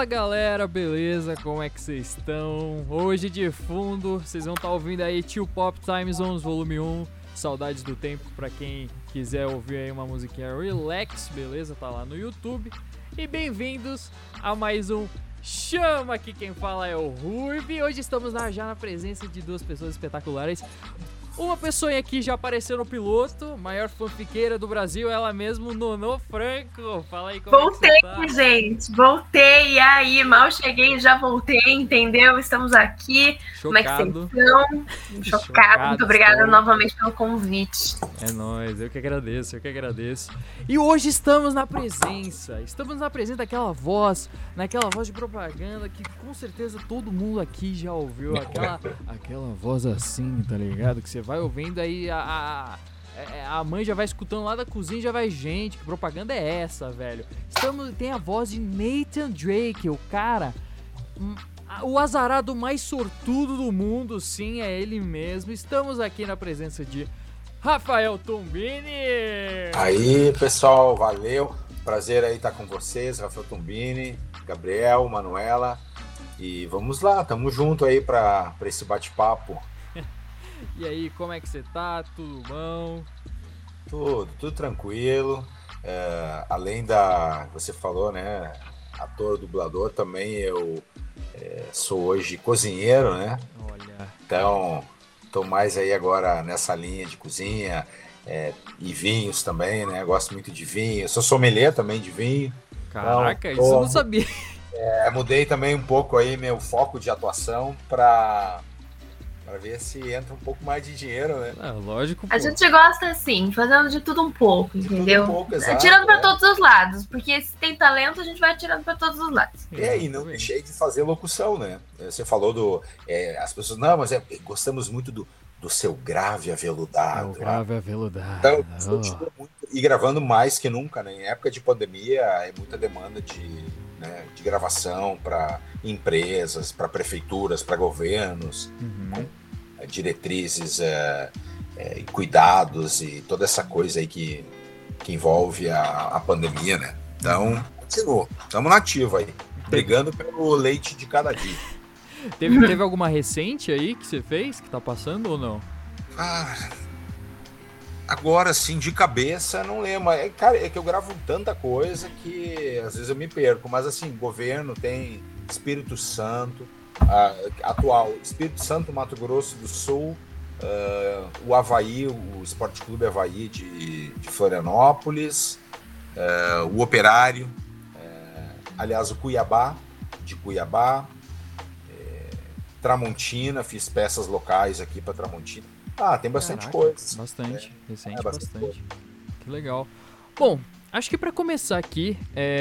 Fala galera, beleza? Como é que vocês estão? Hoje de fundo, vocês vão estar ouvindo aí Chill Pop Time Zones Volume 1, Saudades do Tempo, pra quem quiser ouvir aí uma musiquinha relax, beleza? Tá lá no YouTube. E bem-vindos a mais um Chama, aqui quem fala é o Ruiv. Hoje estamos já na presença de duas pessoas espetaculares. Uma pessoa aqui já apareceu no piloto, maior fanfiqueira do Brasil, ela mesmo, Nono Franco. Fala aí como voltei, é que você tá. Gente, voltei, e aí, mal cheguei, já voltei, entendeu? Estamos aqui, Chocado. como é que vocês estão? Chocado, muito obrigada novamente pelo convite. É nóis, eu que agradeço. E hoje estamos na presença daquela voz de propaganda que com certeza todo mundo aqui já ouviu, aquela voz assim, tá ligado? Que você vai ouvindo aí, a mãe já vai escutando lá da cozinha, já vai, gente, que propaganda é essa, velho? Tem a voz de Nathan Drake, o cara, o azarado mais sortudo do mundo, sim, é ele mesmo. Estamos aqui na presença de Rafael Tombini. Aí, pessoal, valeu, prazer aí estar com vocês, Rafael Tombini, Gabriel, Manuela, e vamos lá, tamo junto aí para esse bate-papo. E aí, como é que você tá? Tudo bom? Tudo tranquilo. Além você falou, né? Ator, dublador, também eu sou hoje cozinheiro, né? Olha. Então, tô mais aí agora nessa linha de cozinha e vinhos também, né? Gosto muito de vinho. Sou sommelier também de vinho. Caraca, então, isso eu não sabia. Mudei também um pouco aí meu foco de atuação para ver se entra um pouco mais de dinheiro, né? Lógico, pô. A gente gosta assim, fazendo de tudo um pouco, entendeu? Tudo um pouco, exato, atirando para todos os lados, porque se tem talento, a gente vai atirando para todos os lados. E não deixei de fazer locução, né? Você falou as pessoas, não, mas gostamos muito do seu grave aveludado. Grave aveludado. Então, continua muito, e gravando mais que nunca, né? Em época de pandemia, é muita demanda de gravação para empresas, para prefeituras, para governos, diretrizes e cuidados e toda essa coisa aí que envolve a pandemia, né? Então, continuou. Estamos nativos aí, brigando pelo leite de cada dia. Teve alguma recente aí que você fez, que tá passando ou não? Agora, assim, de cabeça, não lembro. Cara, é que eu gravo tanta coisa que às vezes eu me perco. Mas, assim, governo tem Espírito Santo, atual Espírito Santo, Mato Grosso do Sul, o Avaí, o Esporte Clube Avaí de Florianópolis, o Operário, aliás, o Cuiabá, de Cuiabá, Tramontina, fiz peças locais aqui para Tramontina. Tem bastante coisa. Bastante, recente, bastante. Coisa. Que legal. Bom, acho que para começar aqui,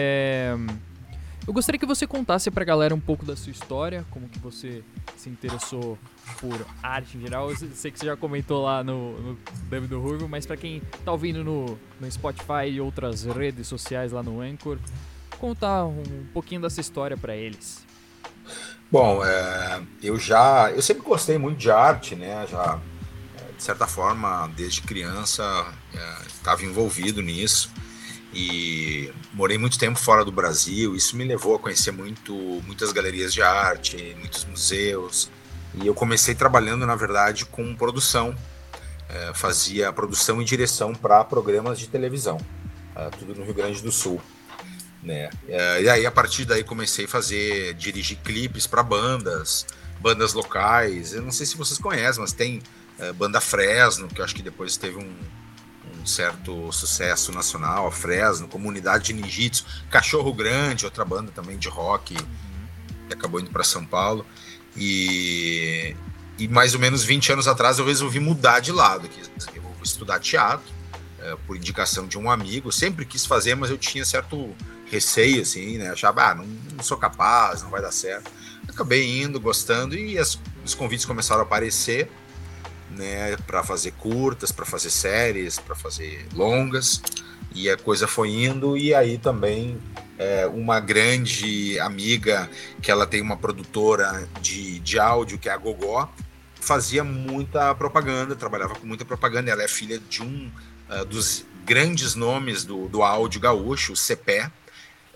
eu gostaria que você contasse pra galera um pouco da sua história, como que você se interessou por arte em geral. Eu sei que você já comentou lá no Dub do Ruivo, mas pra quem tá ouvindo no Spotify e outras redes sociais lá no Anchor, contar um pouquinho dessa história pra eles. Bom, eu sempre gostei muito de arte, né? Já, de certa forma, desde criança, estava envolvido nisso. E morei muito tempo fora do Brasil. Isso me levou a conhecer muitas galerias de arte, muitos museus. E eu comecei trabalhando, na verdade, com produção. Fazia produção e direção para programas de televisão, tudo no Rio Grande do Sul, né? E aí, a partir daí, comecei a dirigir clipes para bandas locais. Eu não sei se vocês conhecem, mas tem Banda Fresno, que eu acho que depois teve um certo sucesso nacional, a Fresno, Comunidade de Ninjitsu, Cachorro Grande, outra banda também de rock, que acabou indo para São Paulo. E mais ou menos 20 anos atrás eu resolvi mudar de lado, eu vou estudar teatro, por indicação de um amigo. Sempre quis fazer, mas eu tinha certo receio, assim, né? Achava, não sou capaz, não vai dar certo. Acabei indo, gostando, e os convites começaram a aparecer, né, para fazer curtas, para fazer séries, para fazer longas, e a coisa foi indo. E aí também uma grande amiga, que ela tem uma produtora de áudio, que é a Gogó, fazia muita propaganda, trabalhava com muita propaganda. Ela é filha de um dos grandes nomes do áudio gaúcho, o Cepé.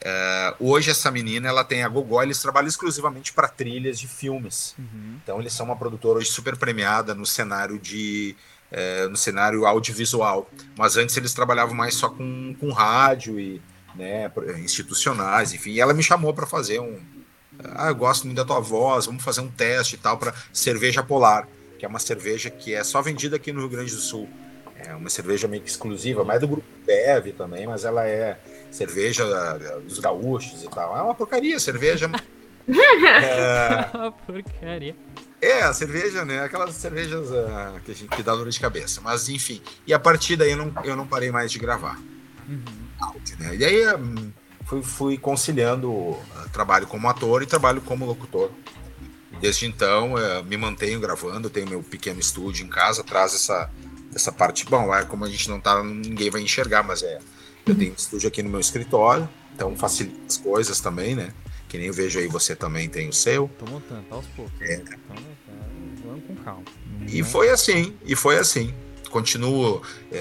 Hoje essa menina, ela tem a Gogó, eles trabalham exclusivamente para trilhas de filmes. Então eles são uma produtora hoje super premiada no cenário no cenário audiovisual, mas antes eles trabalhavam mais só com rádio e, né, institucionais, enfim. E ela me chamou para fazer eu gosto muito da tua voz, vamos fazer um teste e tal para Cerveja Polar, que é uma cerveja que é só vendida aqui no Rio Grande do Sul. É uma cerveja meio que exclusiva, mais do grupo Bev também, mas ela é cerveja dos gaúchos e tal. É uma porcaria, cerveja. Uma porcaria. A cerveja, né? Aquelas cervejas que dá dor de cabeça. Mas, enfim. E a partir daí eu não parei mais de gravar áudio, né? E aí fui conciliando trabalho como ator e trabalho como locutor. Desde então, me mantenho gravando. Eu tenho meu pequeno estúdio em casa, traz essa parte. Bom, como a gente não tá, ninguém vai enxergar, mas eu tenho um estúdio aqui no meu escritório, então facilita as coisas também, né? Que nem eu vejo aí, você também tem o seu. Tô montando, tá aos poucos. Vamos com calma. E foi assim. Continuo,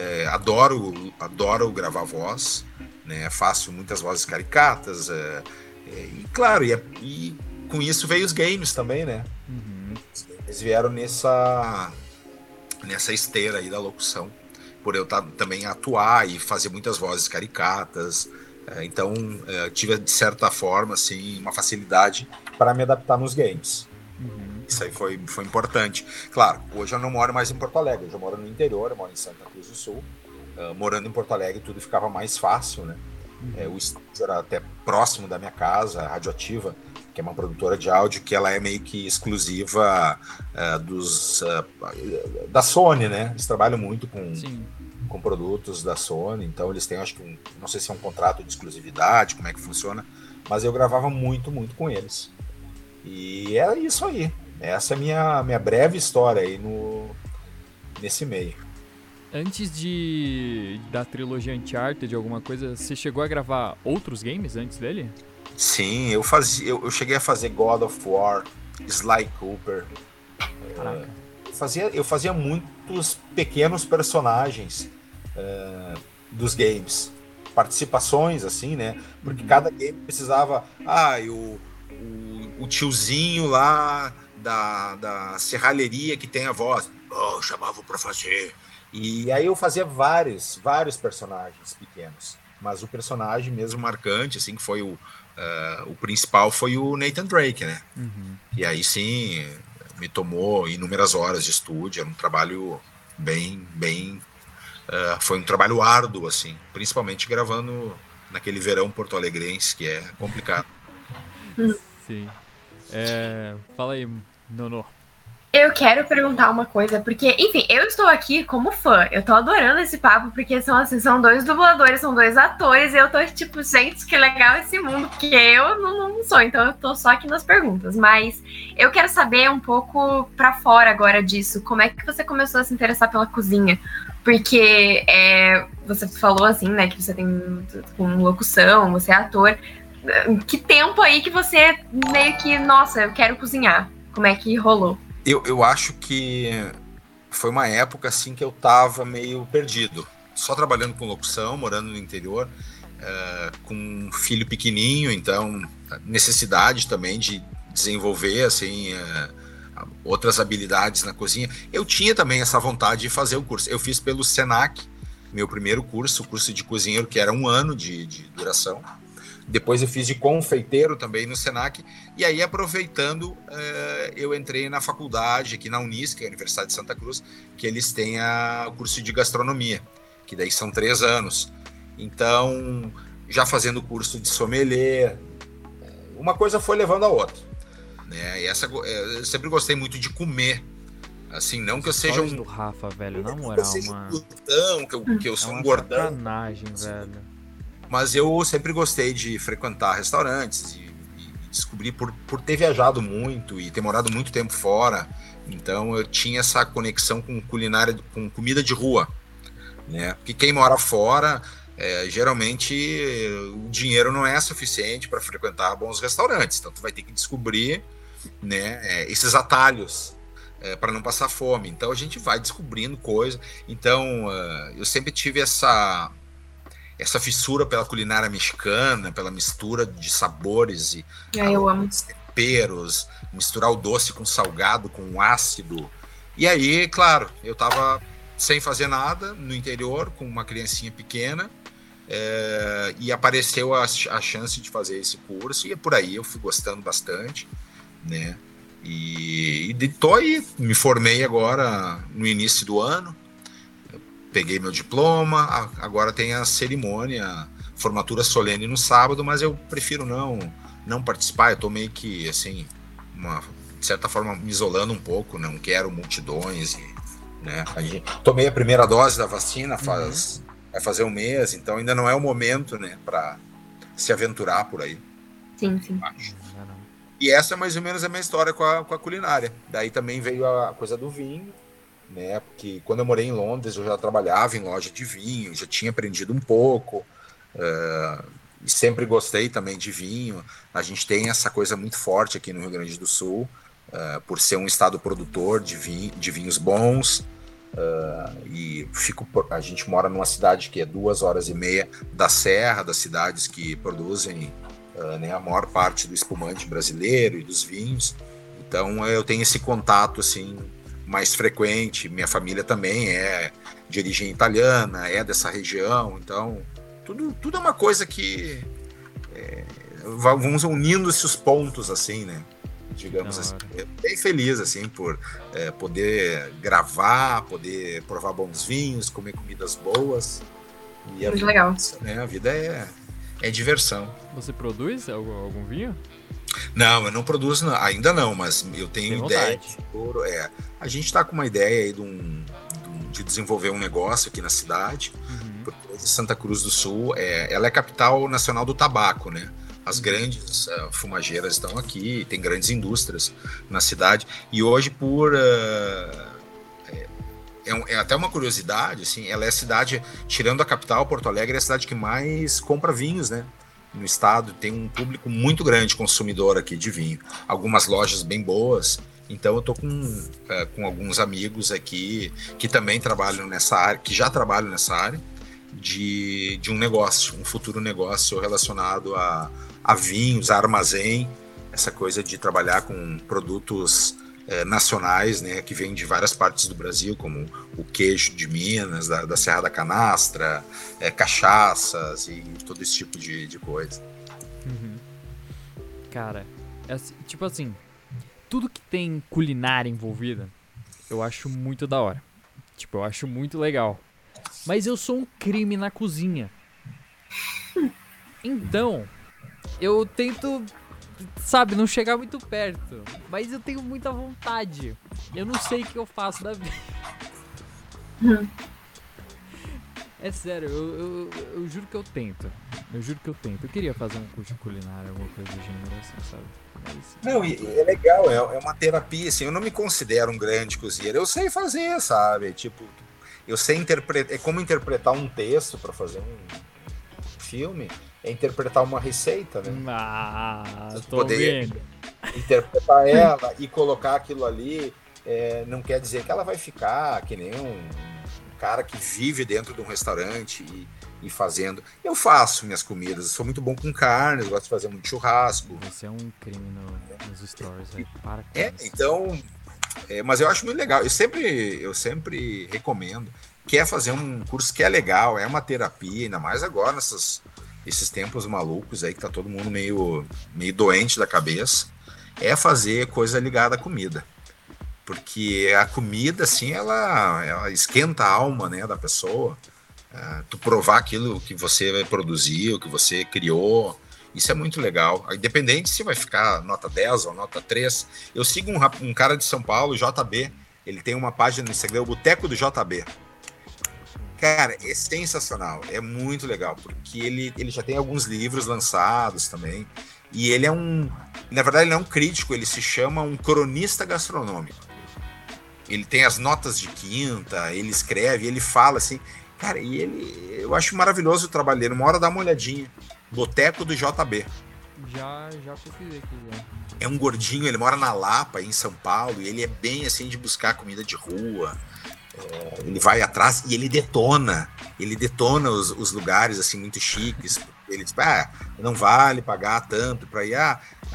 adoro gravar voz, né? Faço muitas vozes caricatas, e claro, e com isso veio os games também, né? Eles vieram nessa esteira aí da locução, por eu também atuar e fazer muitas vozes caricatas. Então, tive, de certa forma, assim, uma facilidade para me adaptar nos games. Isso aí foi importante. Claro, hoje eu não moro mais em Porto Alegre, eu moro no interior, eu moro em Santa Cruz do Sul. Morando em Porto Alegre, tudo ficava mais fácil, né? O estúdio era até próximo da minha casa, a Radioativa, que é uma produtora de áudio, que ela é meio que exclusiva da Sony, né? Eles trabalham muito com produtos da Sony, então eles têm, acho que não sei se é um contrato de exclusividade, como é que funciona, mas eu gravava muito com eles. E era isso aí. Essa é a minha breve história aí nesse meio. Antes da trilogia Uncharted, alguma coisa, você chegou a gravar outros games antes dele? Sim, eu cheguei a fazer God of War, Sly Cooper. Eu fazia muitos pequenos personagens dos games, participações assim, né? Porque cada game precisava, o tiozinho lá da serralheria que tem a voz, chamavam para fazer. E aí eu fazia vários personagens pequenos, mas o personagem mesmo marcante, assim, que foi o principal, foi o Nathan Drake, né? E aí sim, me tomou inúmeras horas de estúdio, era um trabalho foi um trabalho árduo, assim, principalmente gravando naquele verão porto-alegrense, que é complicado. Sim. Fala aí, Nono. Eu quero perguntar uma coisa, porque, enfim, eu estou aqui como fã. Eu tô adorando esse papo, porque são dois dubladores, são dois atores, e eu tô tipo, gente, que legal esse mundo, porque eu não sou, então eu tô só aqui nas perguntas. Mas eu quero saber um pouco pra fora agora disso, como é que você começou a se interessar pela cozinha? Porque você falou assim, né, que você tem com locução, você é ator. Que tempo aí que você meio que, nossa, eu quero cozinhar? Como é que rolou? Eu acho que foi uma época assim que eu tava meio perdido, só trabalhando com locução, morando no interior, com um filho pequenininho, então necessidade também de desenvolver assim outras habilidades na cozinha. Eu tinha também essa vontade de fazer o curso. Eu fiz pelo Senac, meu primeiro curso, o curso de cozinheiro, que era 1 ano de duração. Depois eu fiz de confeiteiro também no Senac, e aí aproveitando, eu entrei na faculdade aqui na Unisc, a Universidade de Santa Cruz, que eles têm o curso de gastronomia, que daí são 3 anos. Então, já fazendo o curso de sommelier, uma coisa foi levando a outra, né? E eu sempre gostei muito de comer, assim, não que eu seja do Rafa, velho, na moral, mano. Que eu sou um gordão. Sacanagem, velho. Mas eu sempre gostei de frequentar restaurantes e descobrir por ter viajado muito e ter morado muito tempo fora. Então eu tinha essa conexão com culinária, com comida de rua, né? Porque quem mora fora, geralmente o dinheiro não é suficiente para frequentar bons restaurantes. Então tu vai ter que descobrir, né, esses atalhos para não passar fome. Então a gente vai descobrindo coisas. Então eu sempre tive essa fissura pela culinária mexicana, pela mistura de sabores e Eu amo. temperos, misturar o doce com o salgado, com o ácido. E aí, claro, eu estava sem fazer nada no interior, com uma criancinha pequena, e apareceu a chance de fazer esse curso, e por aí eu fui gostando bastante, né? E tô aí, me formei agora no início do ano, peguei meu diploma, agora tem a cerimônia, formatura solene no sábado, mas eu prefiro não participar, eu tô meio que, assim, de certa forma, me isolando um pouco, não quero multidões, né? Tomei a primeira dose da vacina vai fazer um mês, então ainda não é o momento, né, para se aventurar por aí. Sim. Acho. E essa é mais ou menos a minha história com a culinária. Daí também veio a coisa do vinho, né? Porque quando eu morei em Londres, eu já trabalhava em loja de vinho, já tinha aprendido um pouco, e sempre gostei também de vinho. A gente tem essa coisa muito forte aqui no Rio Grande do Sul, por ser um estado produtor de vinhos bons, e a gente mora numa cidade que é 2h30 da serra, das cidades que produzem né, a maior parte do espumante brasileiro e dos vinhos. Então eu tenho esse contato assim mais frequente. Minha família também é de origem italiana, é dessa região, então tudo é uma coisa que vamos unindo-se os pontos assim, né? Digamos assim, bem feliz assim por poder gravar, poder provar bons vinhos, comer comidas boas. E muito legal. Né, a vida é diversão. Você produz algum vinho? Não, eu não produzo ainda não, mas eu tenho ideia. A gente está com uma ideia aí de desenvolver um negócio aqui na cidade, porque Santa Cruz do Sul ela é capital nacional do tabaco, né? As grandes fumageiras estão aqui, tem grandes indústrias na cidade, e hoje é até uma curiosidade, assim, ela é a cidade, tirando a capital, Porto Alegre, é a cidade que mais compra vinhos, né? No estado tem um público muito grande consumidor aqui de vinho, algumas lojas bem boas. Então eu tô com alguns amigos aqui que também trabalham nessa área, que já trabalham nessa área de um negócio, um futuro negócio relacionado a vinhos, a armazém, essa coisa de trabalhar com produtos nacionais, né, que vêm de várias partes do Brasil, como o queijo de Minas, da Serra da Canastra, cachaças e todo esse tipo de coisa. Cara, tipo assim, tudo que tem culinária envolvida, eu acho muito da hora. Tipo, eu acho muito legal. Mas eu sou um crime na cozinha. Então, eu tento, sabe, não chegar muito perto. Mas eu tenho muita vontade. Eu não sei o que eu faço da vida. É sério, eu juro que eu tento. Eu queria fazer um curso de culinária, alguma coisa do gênero assim, sabe? Mas... Não, e é legal, é uma terapia, assim. Eu não me considero um grande cozinheiro. Eu sei fazer, sabe? Tipo, eu sei interpretar. É como interpretar um texto para fazer um filme. É interpretar uma receita, né? Tô poder vendo. interpretar ela e colocar aquilo ali, não quer dizer que ela vai ficar que nem um cara que vive dentro de um restaurante e fazendo. Eu faço minhas comidas, eu sou muito bom com carne, eu gosto de fazer muito churrasco. Você é um crime nos stories aí, para com isso. Então, mas eu acho muito legal. Eu sempre recomendo. Quer fazer um curso que é legal, é uma terapia, ainda mais agora esses tempos malucos aí que tá todo mundo meio doente da cabeça, é fazer coisa ligada à comida. Porque a comida, assim, ela esquenta a alma, né, da pessoa. Tu provar aquilo que você produziu, que você criou, isso é muito legal. Independente se vai ficar nota 10 ou nota 3. Eu sigo um cara de São Paulo, JB, ele tem uma página no Instagram, o Boteco do JB. Cara, é sensacional, é muito legal, porque ele já tem alguns livros lançados também, e ele na verdade ele é um crítico, ele se chama um cronista gastronômico. Ele tem as notas de quinta, ele escreve, ele fala assim, cara, eu acho maravilhoso o trabalho dele, uma hora dá uma olhadinha, Boteco do JB. Já pesquisei aqui, já. É um gordinho, ele mora na Lapa, em São Paulo, e ele é bem assim de buscar comida de rua, ele vai atrás e ele detona os lugares assim muito chiques. Ele diz, não vale pagar tanto para ir,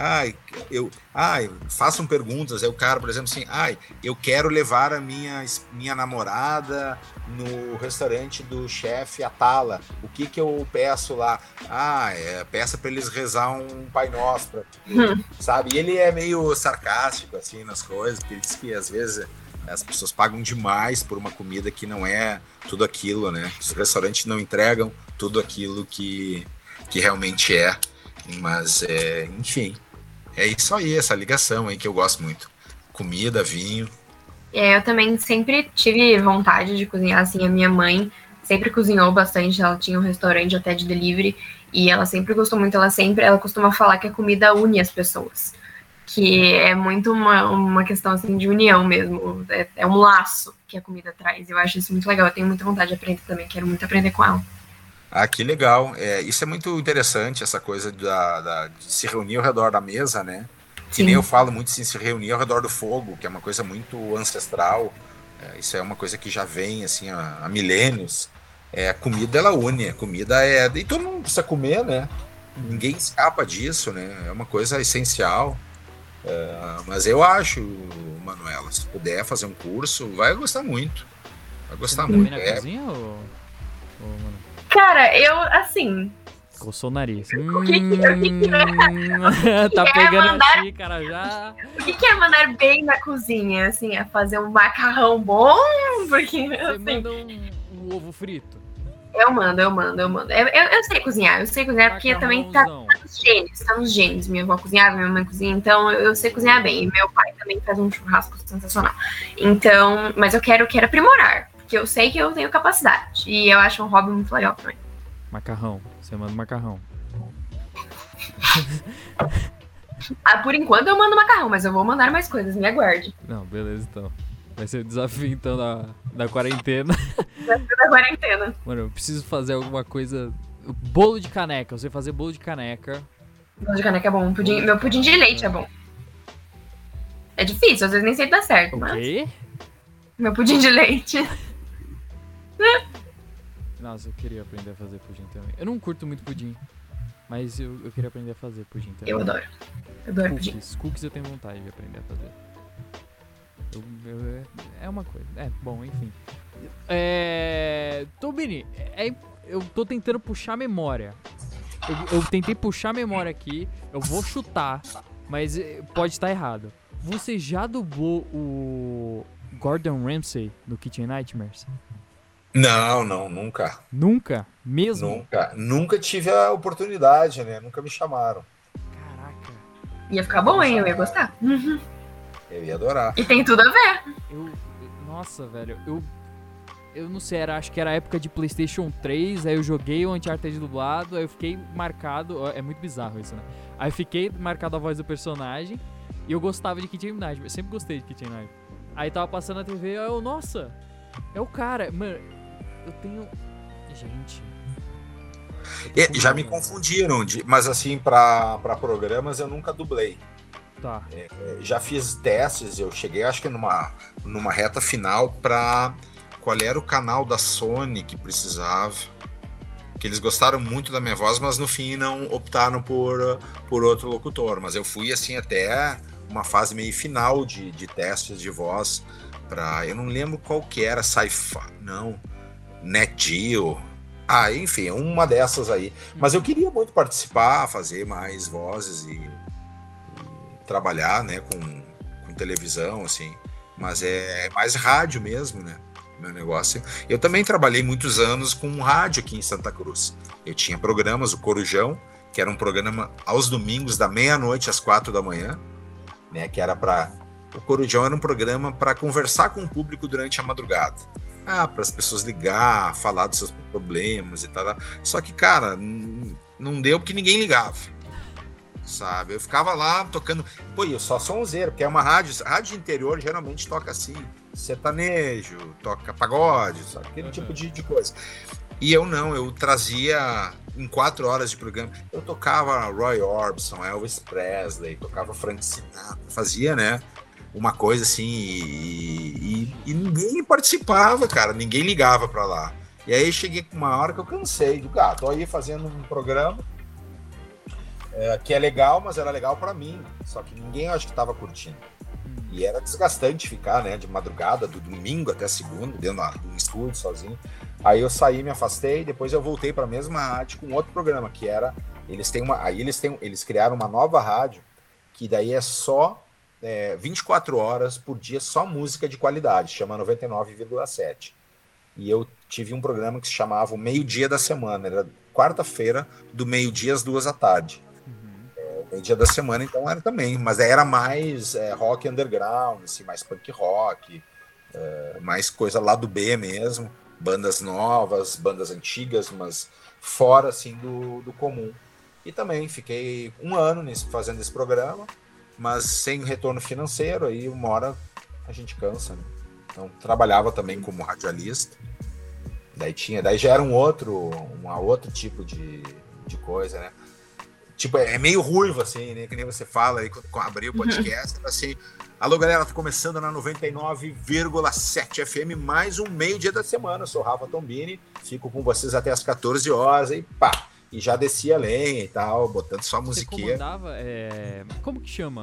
façam perguntas. Aí o cara, por exemplo, assim, eu quero levar a minha namorada no restaurante do chefe Atala, o que eu peço lá? Peça para eles rezar um Pai Nosso, sabe? E ele é meio sarcástico assim nas coisas, porque ele diz que às vezes as pessoas pagam demais por uma comida que não é tudo aquilo, né? Os restaurantes não entregam tudo aquilo que realmente é, mas enfim, é isso aí, essa ligação aí que eu gosto muito, comida, vinho. Eu também sempre tive vontade de cozinhar, assim, a minha mãe sempre cozinhou bastante, ela tinha um restaurante até de delivery, e ela sempre gostou muito, ela costuma falar que a comida une as pessoas, que é muito uma questão, assim, de união mesmo, é um laço que a comida traz, eu acho isso muito legal, eu tenho muita vontade de aprender também, quero muito aprender com ela. Que legal. Isso é muito interessante, essa coisa de se reunir ao redor da mesa, né? Que nem eu falo muito, assim, se reunir ao redor do fogo, que é uma coisa muito ancestral. Isso é uma coisa que já vem assim há milênios. A comida, ela une. A comida e todo mundo precisa comer, né? Ninguém escapa disso, né? É uma coisa essencial. Mas eu acho, Manuela, se puder fazer um curso, vai gostar muito. Vai gostar muito. Na cozinha ou mano? Cara, eu, assim... Coçou o nariz. O que tá é pegando mandar... a xícara já. O que é mandar bem na cozinha? Assim, é fazer um macarrão bom? Porque, Você assim, manda um ovo frito? Eu mando. Eu sei cozinhar, porque também tá nos genes. Minha avó cozinhava, minha mãe cozinha, então eu sei cozinhar bem. E meu pai também faz um churrasco sensacional. Então, mas eu quero aprimorar. Que eu sei que eu tenho capacidade. E eu acho um hobby muito legal também. Macarrão. Você manda macarrão. Por enquanto eu mando macarrão, mas eu vou mandar mais coisas, me aguarde. Não, beleza então. Vai ser o desafio então da quarentena. Desafio da quarentena. Mano, eu preciso fazer alguma coisa. Bolo de caneca. Eu sei fazer bolo de caneca. Bolo de caneca é bom. Meu pudim de leite é bom. É difícil, às vezes nem sempre dá certo. O quê? Meu pudim de leite. Nossa, eu queria aprender a fazer pudim também. Eu não curto muito pudim, mas eu queria aprender a fazer pudim também. Eu adoro. Eu adoro pudim. Cookies eu tenho vontade de aprender a fazer. É uma coisa. Bom, enfim. Tobini, eu tô tentando puxar a memória. Eu tentei puxar a memória aqui. Eu vou chutar, mas pode estar errado. Você já dublou o Gordon Ramsay no Kitchen Nightmares? Não, nunca. Nunca? Mesmo? Nunca tive a oportunidade, né? Nunca me chamaram. Caraca. Ia ficar bom, hein? Eu ia gostar. Eu ia adorar. E tem tudo a ver. Nossa, velho. Eu não sei, acho que era a época de PlayStation 3, aí eu joguei o Uncharted dublado, aí eu fiquei marcado... É muito bizarro isso, né? Aí eu fiquei marcado a voz do personagem e eu gostava de Kitchen Nightmares. Eu sempre gostei de Kitchen Nightmares. Aí tava passando na TV, nossa... É o cara, mano, eu tenho... Gente... Já me confundiram, mas assim, pra programas eu nunca dublei. Tá. Já fiz testes, eu cheguei acho que numa reta final pra... Qual era o canal da Sony que precisava? Que eles gostaram muito da minha voz, mas no fim não optaram por outro locutor. Mas eu fui assim até uma fase meio final de testes de voz. Eu não lembro qual que era, Sci-Fi, não, NetGeo, enfim, uma dessas aí. Mas eu queria muito participar, fazer mais vozes e trabalhar, né, com televisão, assim. Mas é mais rádio mesmo, né, meu negócio. Eu também trabalhei muitos anos com rádio aqui em Santa Cruz. Eu tinha programas, o Corujão, que era um programa aos domingos, da meia-noite às 4 da manhã, né, que era para... O Corujão era um programa para conversar com o público durante a madrugada. Para as pessoas ligar, falar dos seus problemas e tal. Só que, cara, não deu porque ninguém ligava. Sabe? Eu ficava lá tocando... eu só sonzeiro, porque é uma rádio de interior, geralmente toca assim, sertanejo, toca pagode, sabe? Aquele tipo de coisa. E eu trazia... Em 4 horas de programa, eu tocava Roy Orbison, Elvis Presley, tocava Frank Sinatra, fazia, né? uma coisa assim, e ninguém participava, cara, ninguém ligava pra lá. E aí cheguei com uma hora que eu cansei, tô aí fazendo um programa que é legal, mas era legal pra mim, só que ninguém acho que tava curtindo. E era desgastante ficar, né, de madrugada, do domingo até segunda, dentro de um estúdio, sozinho. Aí eu saí, me afastei, depois eu voltei para a mesma rádio com outro programa, que era, eles criaram uma nova rádio, que daí é só 24 horas por dia, só música de qualidade, chama 99,7. E eu tive um programa que se chamava o Meio-Dia da Semana, era quarta-feira, do meio-dia às 2 da tarde. Meio-dia da semana, então era também, mas era mais rock underground, assim, mais punk rock, mais coisa lá do B mesmo, bandas novas, bandas antigas, mas fora assim do comum. E também fiquei um ano fazendo esse programa, mas sem retorno financeiro, aí uma hora a gente cansa, né? Então trabalhava também como radialista, daí já era um outro tipo de coisa, né? Tipo, é meio ruivo, assim, né? Que nem você fala aí quando abriu o podcast, assim, alô, galera, tô começando na 99,7 FM, mais um meio-dia da semana. Eu sou Rafa Tombini, fico com vocês até as 14 horas e pá, e já descia a lenha e tal, botando só musiquinha. Você comandava, como que chama?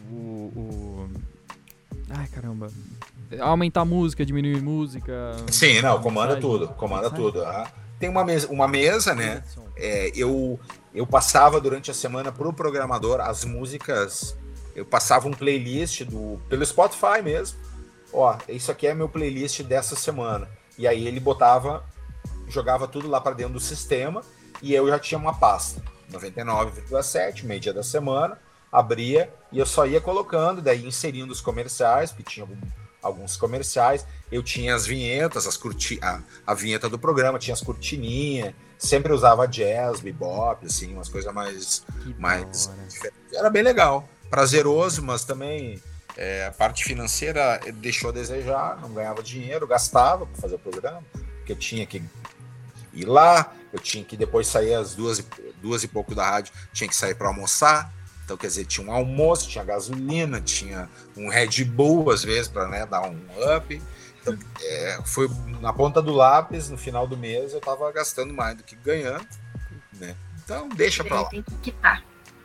Ai, caramba. Aumentar a música, diminuir música... Sim, não, comanda tudo. Tem uma mesa, né? Eu passava durante a semana pro programador as músicas, eu passava um playlist pelo Spotify mesmo. Ó, isso aqui é meu playlist dessa semana. E aí ele jogava tudo lá para dentro do sistema e eu já tinha uma pasta, 99,7, meio-dia da semana, abria e eu só ia colocando, daí inserindo os comerciais, porque tinha alguns comerciais, eu tinha as vinhetas, a vinheta do programa, tinha as cortininhas, sempre usava jazz, bebop, assim, umas coisas mais diferentes. Era bem legal, prazeroso, mas também a parte financeira deixou a desejar, não ganhava dinheiro, gastava para fazer o programa, porque eu tinha que ir lá, eu tinha que depois sair às 2 e pouco da rádio, tinha que sair para almoçar. Então, quer dizer, tinha um almoço, tinha gasolina, tinha um Red Bull, às vezes, para dar um up. Então, foi na ponta do lápis, no final do mês, eu estava gastando mais do que ganhando, né? Então, deixa para lá. Tem que quitar.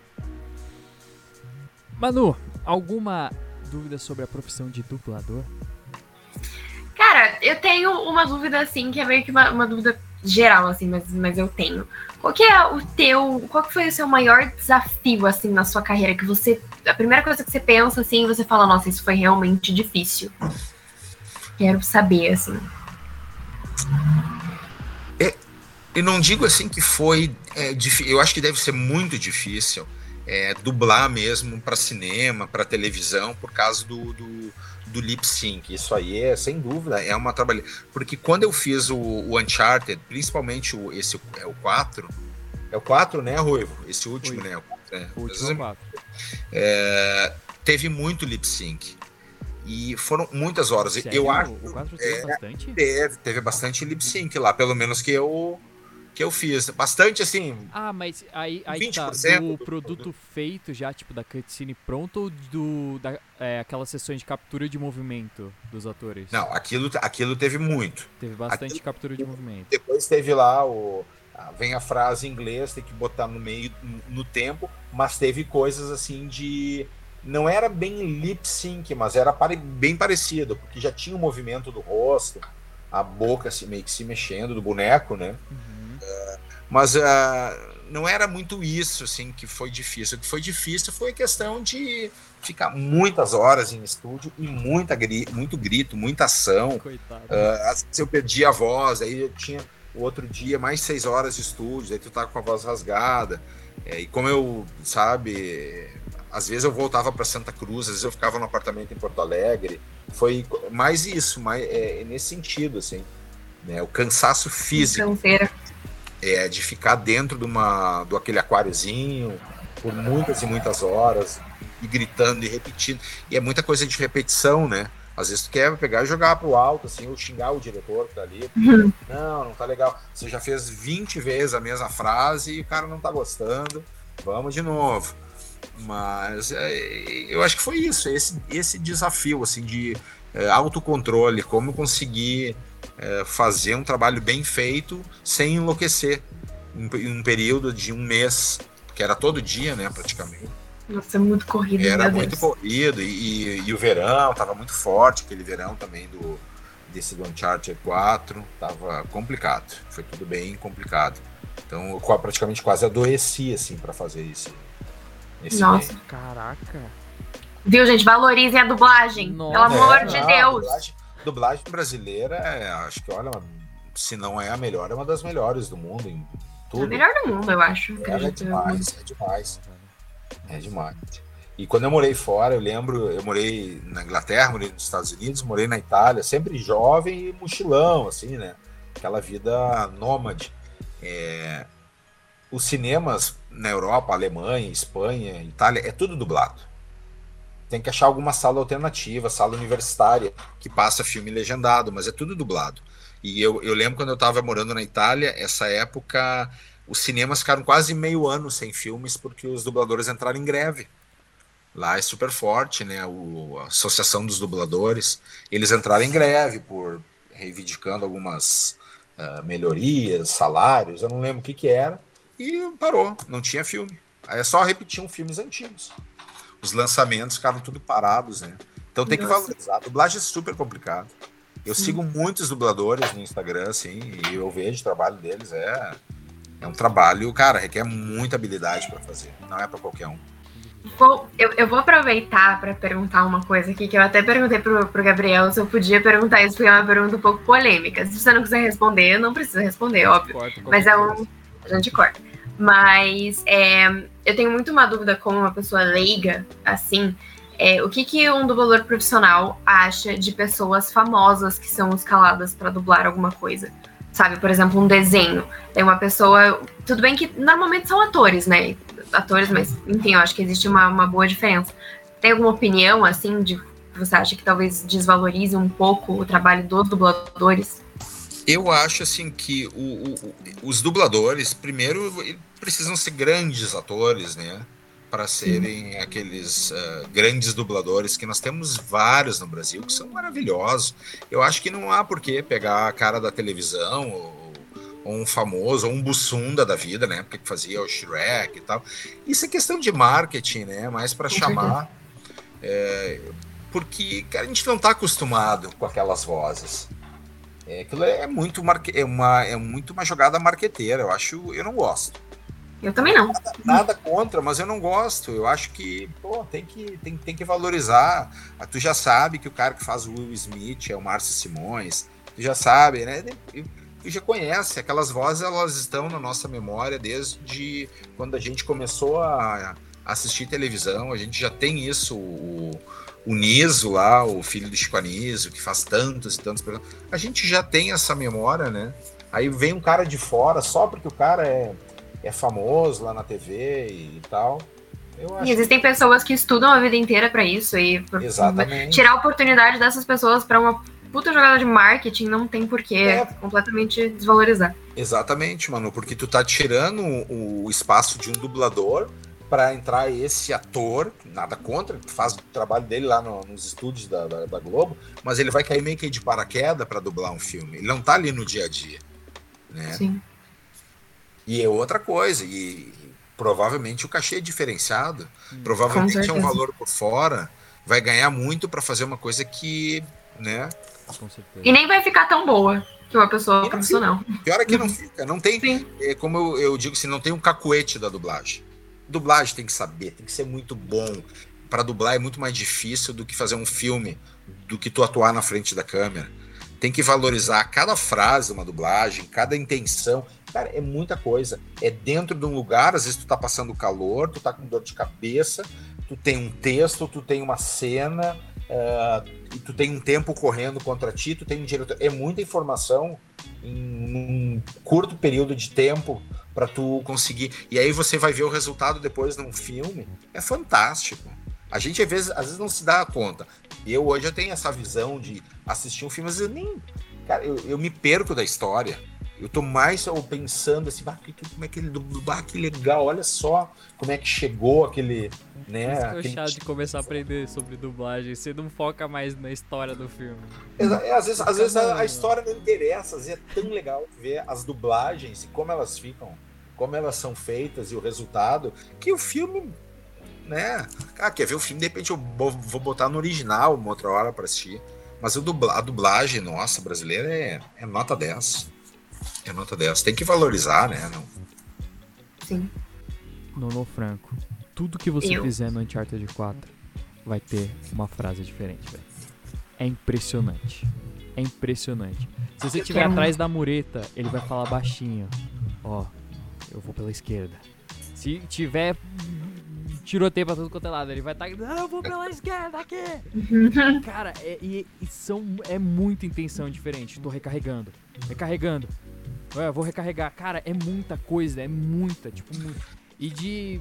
Manu, alguma dúvida sobre a profissão de dublador? Cara, eu tenho uma dúvida, assim, que é meio que uma dúvida geral, assim, mas eu tenho. Qual que foi o seu maior desafio, assim, na sua carreira? A primeira coisa que você pensa, assim, você fala, nossa, isso foi realmente difícil. Quero saber, assim. Eu não digo, assim, que foi difícil. Eu acho que deve ser muito difícil dublar mesmo para cinema, para televisão, por causa do lip sync. Isso aí sem dúvida, é uma trabalheira. Porque quando eu fiz o Uncharted, principalmente esse é o 4, é o 4, né, Ruivo? Esse último, né? O último 4. Teve muito lip sync. E foram muitas horas. Sério? Eu acho. O 4 teve bastante? Teve bastante lip sync lá, pelo menos que eu fiz. Bastante, assim. Ah, mas aí tá, do produto feito já, tipo, da cutscene pronto ou aquelas sessões de captura de movimento dos atores? Não, aquilo teve muito. Teve bastante captura de movimento. Depois teve lá vem a frase em inglês, tem que botar no meio, no tempo, mas teve coisas assim não era bem lip sync, mas era bem parecido, porque já tinha o movimento do rosto, a boca assim, meio que se mexendo do boneco, né? Mas não era muito isso assim, que foi difícil. O que foi difícil foi a questão de ficar muitas horas em estúdio e muito grito, muita ação. Coitado. Às vezes eu perdia a voz, aí eu tinha o outro dia mais 6 horas de estúdio, aí tu tá com a voz rasgada. E como eu, às vezes eu voltava para Santa Cruz, às vezes eu ficava no apartamento em Porto Alegre. Foi mais isso, nesse sentido, assim, né? O cansaço físico. De ficar dentro do aquele aquáriozinho por muitas e muitas horas e gritando e repetindo. E é muita coisa de repetição, né? Às vezes tu quer pegar e jogar pro alto, assim, ou xingar o diretor que tá ali. Não tá legal. Você já fez 20 vezes a mesma frase e o cara não tá gostando. Vamos de novo. Mas eu acho que foi isso, esse desafio assim, de autocontrole, como conseguir fazer um trabalho bem feito sem enlouquecer em um período de um mês, que era todo dia, né, praticamente. Nossa, muito corrido, Era meu muito Deus. corrido, e o verão estava muito forte, aquele verão também desse do Uncharted 4, estava complicado, foi tudo bem complicado. Então eu praticamente quase adoeci assim, para fazer esse Nossa. meio. Caraca. Viu, gente? Valorizem a dublagem. Nossa. Pelo amor de Deus. Dublagem brasileira, acho que, olha, se não é a melhor, é uma das melhores do mundo em tudo. É a melhor do mundo, eu acho. É demais. E quando eu morei fora, eu morei na Inglaterra, morei nos Estados Unidos, morei na Itália, sempre jovem e mochilão, assim, né? Aquela vida nômade. Os cinemas na Europa, Alemanha, Espanha, Itália, é tudo dublado. Tem que achar alguma sala alternativa, sala universitária, que passa filme legendado, mas é tudo dublado. E eu lembro quando eu estava morando na Itália, essa época, os cinemas ficaram quase meio ano sem filmes, porque os dubladores entraram em greve. Lá é super forte, né? A Associação dos Dubladores, eles entraram em greve por reivindicando algumas melhorias, salários, eu não lembro o que era, e parou, não tinha filme. Aí é só repetiam filmes antigos. Os lançamentos ficaram tudo parados, né? Então tem que valorizar. A dublagem é super complicado. Eu sigo muitos dubladores no Instagram, assim, e eu vejo o trabalho deles. É um trabalho, cara, requer muita habilidade para fazer. Não é para qualquer um. Eu vou aproveitar para perguntar uma coisa aqui, que eu até perguntei pro Gabriel se eu podia perguntar isso, porque é uma pergunta um pouco polêmica. Se você não quiser responder, não precisa responder, óbvio. Mas a gente corta. Mas eu tenho muito uma dúvida como uma pessoa leiga, assim, o que um dublador profissional acha de pessoas famosas que são escaladas para dublar alguma coisa? Sabe, por exemplo, um desenho. Tem uma pessoa... Tudo bem que normalmente são atores, né? Atores, mas, enfim, eu acho que existe uma boa diferença. Tem alguma opinião, assim, de você acha que talvez desvalorize um pouco o trabalho dos dubladores? Eu acho, assim, que os dubladores, primeiro, precisam ser grandes atores, né? Para serem aqueles grandes dubladores, que nós temos vários no Brasil, que são maravilhosos. Eu acho que não há por que pegar a cara da televisão, ou um famoso, ou um Bussunda da vida, né? Porque fazia o Shrek e tal. Isso é questão de marketing, né? Mais para chamar. Porque, cara, a gente não está acostumado com aquelas vozes. Aquilo é muito uma jogada marqueteira. Eu não gosto. Eu também não. Nada contra, mas eu não gosto. Eu acho que tem que valorizar. Tu já sabe que o cara que faz o Will Smith é o Márcio Simões. Tu já sabe, né? Tu já conhece. Aquelas vozes, elas estão na nossa memória desde quando a gente começou a assistir televisão. A gente já tem isso. O Niso lá, o filho do Chico Anísio, que faz tantos e tantos programas. A gente já tem essa memória, né? Aí vem um cara de fora só porque o cara é famoso lá na TV e tal. E existem pessoas que estudam a vida inteira para isso, e tirar a oportunidade dessas pessoas para uma puta jogada de marketing não tem porquê completamente desvalorizar. Exatamente, Manu, porque tu tá tirando o espaço de um dublador para entrar esse ator, nada contra, que faz o trabalho dele lá nos estúdios da Globo, mas ele vai cair meio que de paraquedas para dublar um filme. Ele não tá ali no dia a dia, né? Sim. E é outra coisa, e provavelmente o cachê é diferenciado, provavelmente é um valor por fora, vai ganhar muito para fazer uma coisa que, né? Com certeza. E nem vai ficar tão boa que uma pessoa profissional. Pior é que não fica, não tem, como eu digo assim, não tem um cacuete da dublagem. Dublagem tem que saber, tem que ser muito bom. Para dublar é muito mais difícil do que fazer um filme, do que tu atuar na frente da câmera. Tem que valorizar cada frase de uma dublagem, cada intenção. Cara, é muita coisa. É dentro de um lugar, às vezes tu tá passando calor, tu tá com dor de cabeça, tu tem um texto, tu tem uma cena, e tu tem um tempo correndo contra ti, tu tem um diretor. É muita informação em um curto período de tempo para tu conseguir. E aí você vai ver o resultado depois num filme. É fantástico. A gente às vezes não se dá conta. Eu hoje eu tenho essa visão de assistir um filme, mas eu me perco da história. Eu tô mais pensando assim, como é que ele dublou, que legal, olha só como é que chegou aquele, né? Isso que é o chato de começar a aprender sobre dublagem, você não foca mais na história do filme. Às vezes a história não interessa, às vezes é tão legal ver as dublagens e como elas ficam, como elas são feitas e o resultado, que o filme, né? Quer ver o filme, de repente eu vou botar no original uma outra hora para assistir, mas a dublagem nossa brasileira é nota 10. É nota 10. Tem que valorizar, né? Não. Sim. Nono Franco, tudo que você fizer no Uncharted 4 vai ter uma frase diferente, velho. É impressionante. É impressionante. Se você estiver atrás da mureta, ele vai falar baixinho. Ó, eu vou pela esquerda. Se tiver tiroteio pra tudo quanto é lado, ele vai estar... Não, eu vou pela esquerda aqui! Cara, é muita intenção diferente. Tô recarregando. Eu vou recarregar. Cara, é muita coisa, é muita, tipo, muito. E de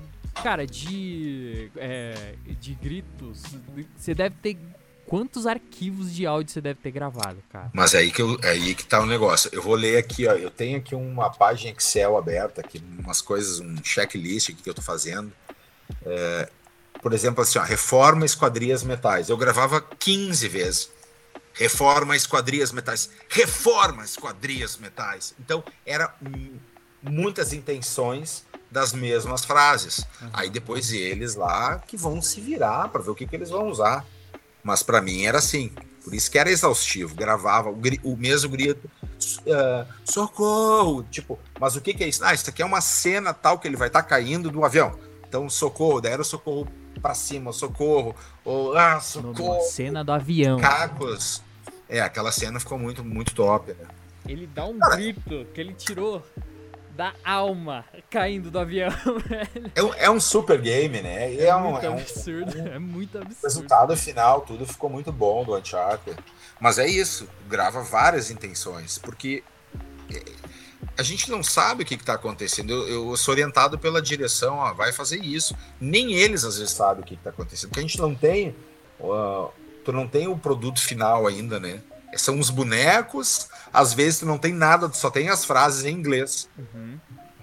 gritos, você deve ter... Quantos arquivos de áudio você deve ter gravado, cara? Mas aí que tá o negócio. Eu vou ler aqui, ó. Eu tenho aqui uma página Excel aberta, aqui, umas coisas, um checklist aqui que eu tô fazendo. Por exemplo, assim, ó, reforma esquadrias metais. Eu gravava 15 vezes. Reforma esquadrias metais. Reforma esquadrias metais. Então, era muitas intenções das mesmas frases. Uhum. Aí depois eles lá que vão se virar para ver o que eles vão usar. Mas para mim era assim. Por isso que era exaustivo. Gravava o mesmo grito. Socorro! Tipo, mas o que é isso? Isso aqui é uma cena tal que ele vai estar caindo do avião. Então, socorro. Daí era o socorro pra cima, socorro. Ou, socorro. Cena do avião. Cacos. Aquela cena ficou muito, muito top, né? Ele dá um grito que ele tirou da alma caindo do avião, velho. É um super game, né? É muito absurdo. É muito absurdo. O resultado final, tudo ficou muito bom do Uncharted. Mas é isso, grava várias intenções, porque a gente não sabe o que está acontecendo. Eu sou orientado pela direção, vai fazer isso. Nem eles às vezes sabem o que está acontecendo, porque a gente não tem... tu não tem o produto final ainda, né? São os bonecos, às vezes tu não tem nada, tu só tem as frases em inglês. Uhum.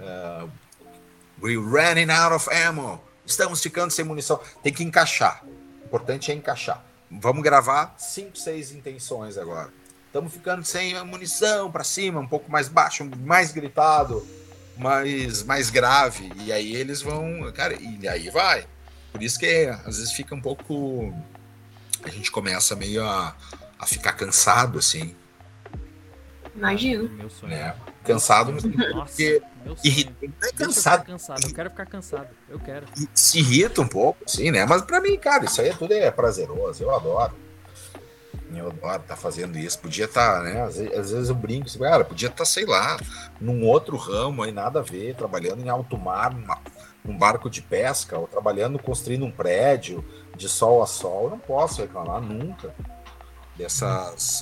We're running out of ammo. Estamos ficando sem munição. Tem que encaixar. O importante é encaixar. Vamos gravar 5, 6 intenções agora. Estamos ficando sem munição para cima, um pouco mais baixo, mais gritado, mais grave. E aí eles vão... Cara, e aí vai. Por isso que às vezes fica um pouco... A gente começa meio a ficar cansado, assim. Imagino. Meu sonho. Cansado, porque não é cansado. Eu quero ficar cansado. Eu quero. Se irrita um pouco, assim, né? Mas pra mim, cara, isso aí tudo é prazeroso. Eu adoro. Estar fazendo isso. Podia estar, né? Às vezes eu brinco assim, cara, podia estar, sei lá, num outro ramo aí, nada a ver, trabalhando em alto mar, num barco de pesca, ou construindo um prédio de sol a sol. Eu não posso reclamar nunca desses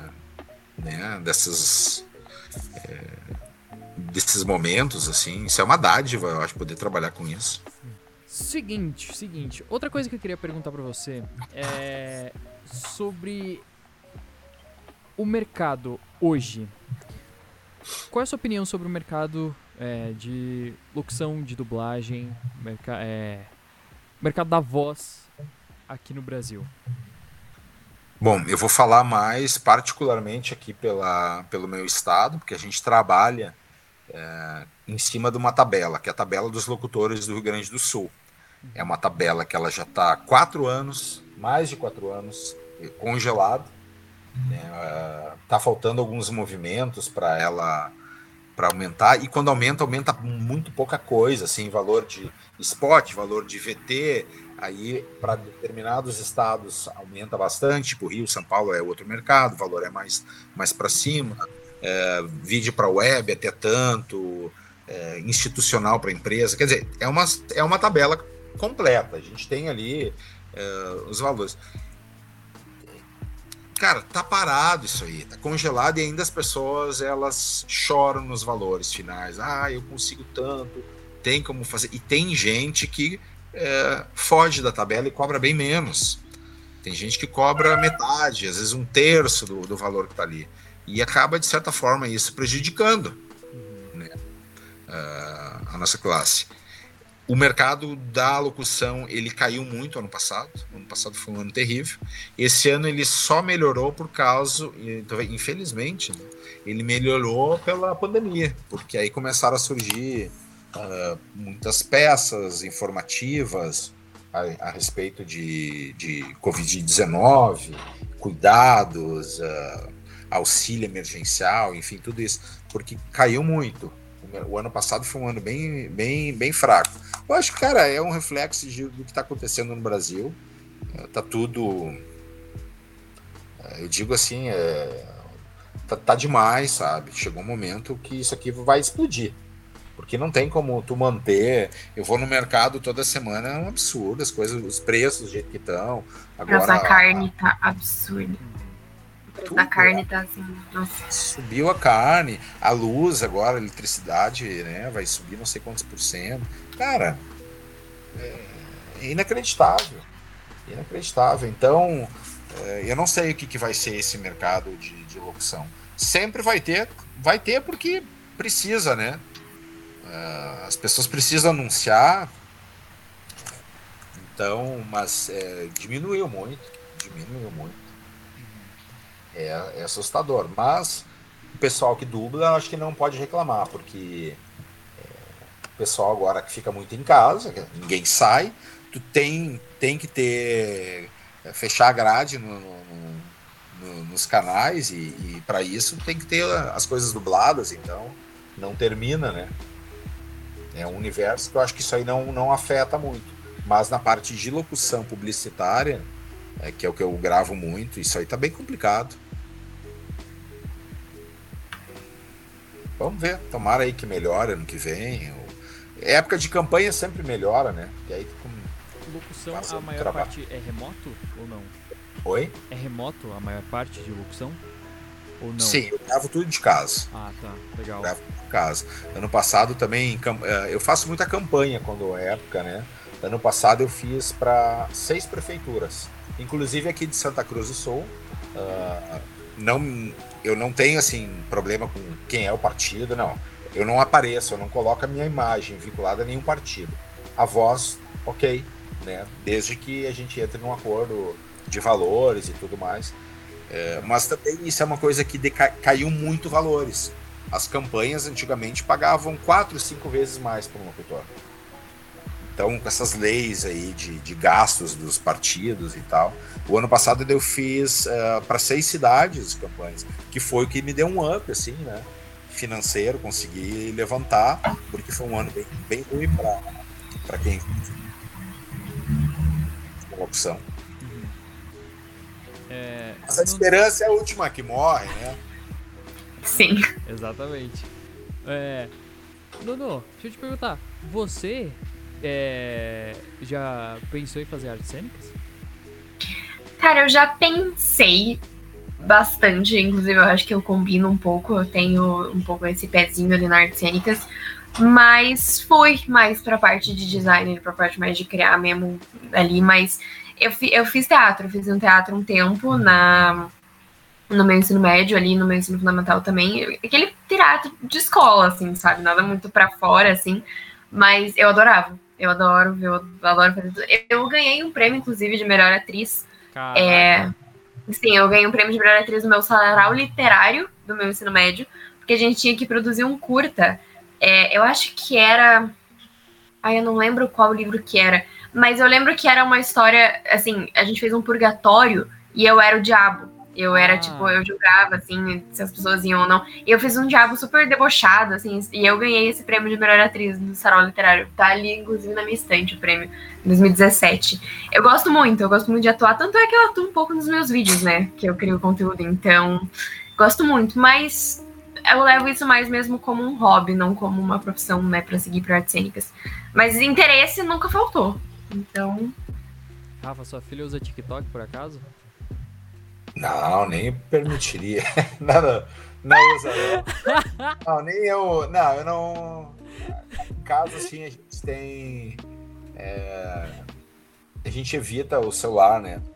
momentos, assim. Isso é uma dádiva, eu acho, poder trabalhar com isso. Seguinte, outra coisa que eu queria perguntar pra você é sobre o mercado hoje. Qual é a sua opinião sobre o mercado de locução, de dublagem, mercado da voz aqui no Brasil? Bom, eu vou falar mais particularmente aqui pelo meu estado, porque a gente trabalha em cima de uma tabela, que é a tabela dos locutores do Rio Grande do Sul. É uma tabela que ela já está há 4 anos, mais de 4 anos, congelada. Está faltando alguns movimentos para ela aumentar, e quando aumenta muito pouca coisa, assim, valor de spot, valor de VT. Aí, para determinados estados, aumenta bastante, tipo Rio, São Paulo é outro mercado, o valor é mais para cima, vídeo para web até tanto, institucional para empresa, quer dizer, é uma tabela completa, a gente tem ali os valores. Cara, tá parado isso aí, tá congelado, e ainda as pessoas, elas choram nos valores finais. Eu consigo tanto, tem como fazer, e tem gente que foge da tabela e cobra bem menos. Tem gente que cobra metade, às vezes 1/3 do valor que está ali. e acaba, de certa forma, isso prejudicando, né, a nossa classe. O mercado da locução, ele caiu muito ano passado. Ano passado foi um ano terrível. Esse ano ele só melhorou por causa, infelizmente, né, ele melhorou pela pandemia, porque aí começaram a surgir muitas peças informativas a respeito de Covid-19, cuidados, auxílio emergencial, enfim, tudo isso, porque caiu muito. O ano passado foi um ano bem fraco. Eu acho que, cara, é um reflexo do que está acontecendo no Brasil. Tá tudo... Eu digo assim, tá demais, sabe? Chegou um momento que isso aqui vai explodir. Porque não tem como tu manter... Eu vou no mercado toda semana, é um absurdo as coisas, os preços do jeito que estão. Agora, a carne tá absurda. A carne tá assim, nossa. Subiu a carne, a luz agora, a eletricidade, né, vai subir não sei quantos %. Cara, é inacreditável. Inacreditável. Então, eu não sei o que vai ser esse mercado de locução. Sempre vai ter porque precisa, né? As pessoas precisam anunciar. Então, mas diminuiu muito. É assustador, mas o pessoal que dubla acho que não pode reclamar, porque o pessoal agora que fica muito em casa, ninguém sai, tu tem que fechar a grade nos canais e para isso tem que ter as coisas dubladas, então não termina, né? É um universo que eu acho que isso aí não afeta muito, mas na parte de locução publicitária, que é o que eu gravo muito, isso aí tá bem complicado. Vamos ver, tomara aí que melhore ano que vem. Época de campanha sempre melhora, né? E aí, locução, a maior parte é remoto ou não? Oi? É remoto a maior parte de locução? Ou não? Sim, eu gravo tudo de casa. Ah, tá, legal. Eu gravo tudo de casa. Ano passado também, eu faço muita campanha quando é época, né? Ano passado eu fiz para 6 prefeituras, inclusive aqui de Santa Cruz do Sul. Eu não tenho assim problema com quem é o partido, não. Eu não apareço, eu não coloco a minha imagem vinculada a nenhum partido. A voz, ok, né? Desde que a gente entre num acordo de valores e tudo mais. Mas também isso é uma coisa que caiu muito valores. As campanhas antigamente pagavam 4, 5 vezes mais para um locutor. Então, com essas leis aí de gastos dos partidos e tal, o ano passado eu fiz para 6 cidades campanhas, que foi o que me deu um up, assim, né, financeiro, consegui levantar, porque foi um ano bem ruim para quem uma opção. Essa esperança é a última que morre, né? Sim. Exatamente. Nuno, deixa eu te perguntar, você... já pensou em fazer artes cênicas? Cara, eu já pensei bastante, inclusive eu acho que eu combino um pouco, eu tenho um pouco esse pezinho ali nas artes cênicas, mas fui mais pra parte de design, pra parte mais de criar mesmo ali, mas eu fiz teatro, eu fiz um teatro um tempo no meu ensino médio ali, no meu ensino fundamental também, aquele teatro de escola, assim, sabe, nada muito pra fora, assim, mas eu adorava. Eu adoro fazer tudo. Eu ganhei um prêmio, inclusive, de melhor atriz. Sim, eu ganhei um prêmio de melhor atriz no meu sarau literário do meu ensino médio, porque a gente tinha que produzir um curta. Eu acho que era... eu não lembro qual livro que era, mas eu lembro que era uma história, assim, a gente fez um purgatório e eu era o diabo. Eu era, tipo, eu julgava, assim, se as pessoas iam ou não. E eu fiz um diabo super debochado, assim, e eu ganhei esse prêmio de melhor atriz no sarau literário. Tá ali, inclusive, na minha estante, o prêmio, em 2017. Eu gosto muito de atuar. Tanto é que eu atuo um pouco nos meus vídeos, né, que eu crio conteúdo. Então, gosto muito. Mas eu levo isso mais mesmo como um hobby, não como uma profissão, né, pra seguir para artes cênicas. Mas interesse nunca faltou. Então... Rafa, sua filha usa TikTok, por acaso? Não, nem permitiria. Não usa, não. Não, nem eu. Não, eu não. Em casa, assim, a gente tem. A gente evita o celular, né?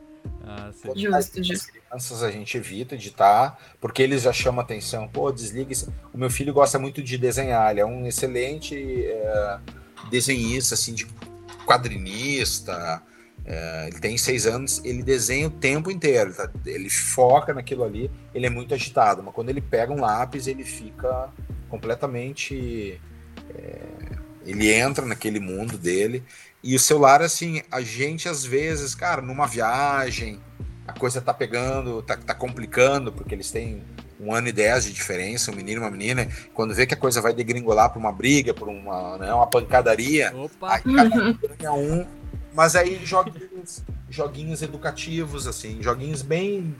sim. Justo. As crianças a gente evita editar, porque eles já chamam atenção. Pô, desliga isso. O meu filho gosta muito de desenhar, ele é um excelente desenhista, assim, de quadrinista. Ele tem 6 anos, ele desenha o tempo inteiro, ele foca naquilo ali, ele é muito agitado, mas quando ele pega um lápis, ele fica completamente... ele entra naquele mundo dele. E o celular, assim, a gente às vezes, cara, numa viagem, a coisa tá pegando, tá complicando, porque eles têm 1 ano e 10 de diferença, um menino e uma menina, quando vê que a coisa vai degringolar pra uma briga, pra uma pancadaria, Opa. aí cada um ganha um, mas aí joguinhos educativos, assim, joguinhos bem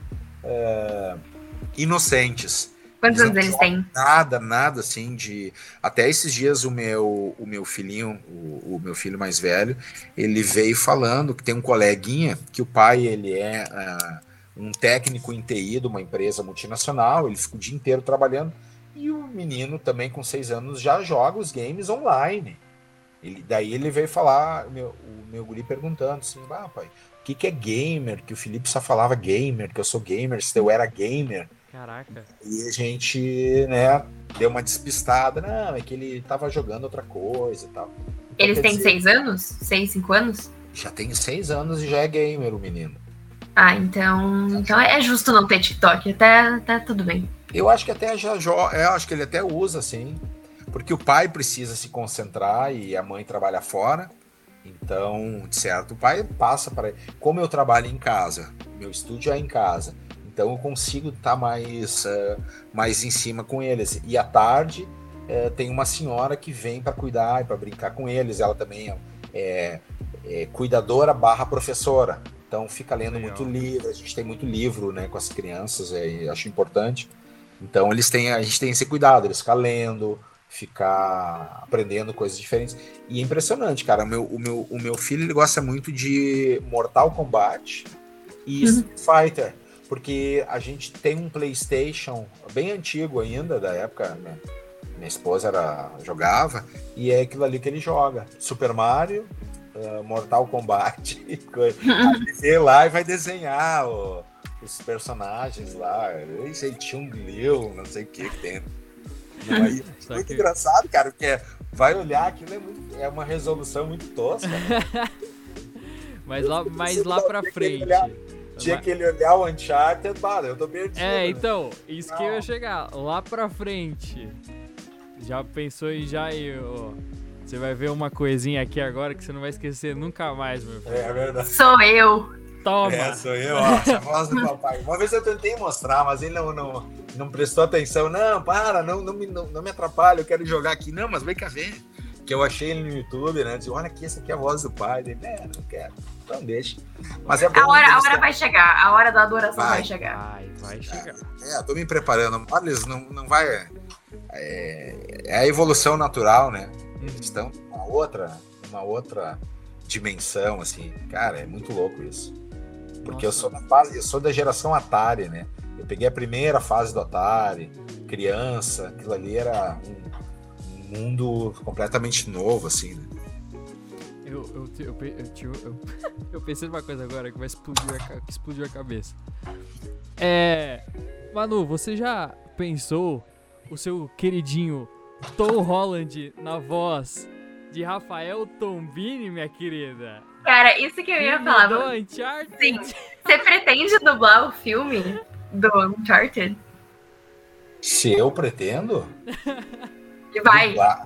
inocentes. Quantos anos eles têm? Nada assim de... Até esses dias o meu filhinho, o meu filho mais velho, ele veio falando que tem um coleguinha, que o pai, ele é um técnico em TI de uma empresa multinacional, ele fica o dia inteiro trabalhando, e o menino também com 6 anos já joga os games online. Daí ele veio falar, o meu guri perguntando assim, pai, o que é gamer? Que o Felipe só falava gamer, que eu sou gamer, se eu era gamer. Caraca. E a gente, né, deu uma despistada. Não, é que ele tava jogando outra coisa e tal. Então, Eles têm 6 anos? 6, 5 anos? Já tem 6 anos e já é gamer o menino. Ah, então é justo não ter TikTok. Até tudo bem. Eu acho que até já joga, acho que ele até usa, assim. Porque o pai precisa se concentrar e a mãe trabalha fora. Então, de certo, o pai passa para... Como eu trabalho em casa, meu estúdio é em casa, então eu consigo estar mais em cima com eles. E à tarde tem uma senhora que vem para cuidar e para brincar com eles. Ela também é cuidadora / professora. Então fica lendo muito livro. A gente tem muito livro, né, com as crianças, acho importante. Então a gente tem esse cuidado, eles ficam lendo, ficar aprendendo coisas diferentes. E é impressionante, cara. O meu filho, ele gosta muito de Mortal Kombat e Street Fighter. Porque a gente tem um PlayStation bem antigo ainda, da época, né? Minha esposa jogava, e é aquilo ali que ele joga. Super Mario, Mortal Kombat, ele vê lá e vai desenhar os personagens lá. Esse aí tinha um Liu, não sei o que tem. Aí, muito engraçado, cara, porque vai olhar, aquilo é uma resolução muito tosca. Né? mas lá pra frente... Tinha que ele olhar o Uncharted, eu tô perdido. Então, isso que eu ia chegar. Lá pra frente, já pensou em você vai ver uma coisinha aqui agora que você não vai esquecer nunca mais, meu filho. É verdade. Sou eu. Toma. Sou eu, essa voz do papai. Uma vez eu tentei mostrar, mas ele não prestou atenção. Não, para, não me atrapalha, eu quero jogar aqui. Não, mas vem cá ver. Que eu achei ele no YouTube, né? Disse, olha aqui, essa aqui é a voz do pai. Ele, não quero. Então deixa. Mas é bom, a hora vai chegar, a hora da adoração vai chegar. Vai chegar. Tô me preparando. Olha, não vai... É a evolução natural, né? Eles estão numa outra dimensão, assim. Cara, é muito louco isso. Porque eu sou da geração Atari, né? Eu peguei a primeira fase do Atari, criança, aquilo ali era um mundo completamente novo, assim, né? Eu pensei numa coisa agora que vai explodir a cabeça. Manu, você já pensou o seu queridinho Tom Holland na voz de Rafael Tombini, minha querida? Cara, isso que eu ia falar. Uncharted? Sim. Você pretende dublar o filme do Uncharted? Se eu pretendo? Vai. Dublar.